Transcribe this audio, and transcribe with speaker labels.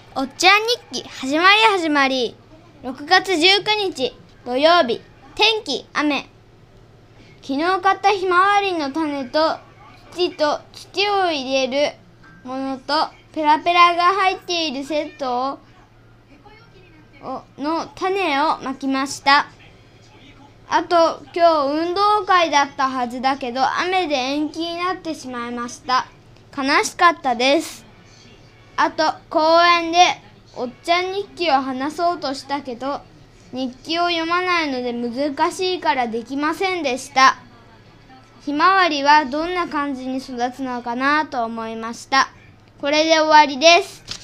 Speaker 1: おっちゃん日記始まり6月19日土曜日、天気雨。昨日買ったひまわりの種と土を入れるものとペラペラが入っているセットの種をまきました。あと今日運動会だったはずだけど雨で延期になってしまいました。悲しかったです。あと公園でおっちゃん日記を話そうとしたけど日記を読まないので難しいからできませんでした。ひまわりはどんな感じに育つのかなと思いました。これで終わりです。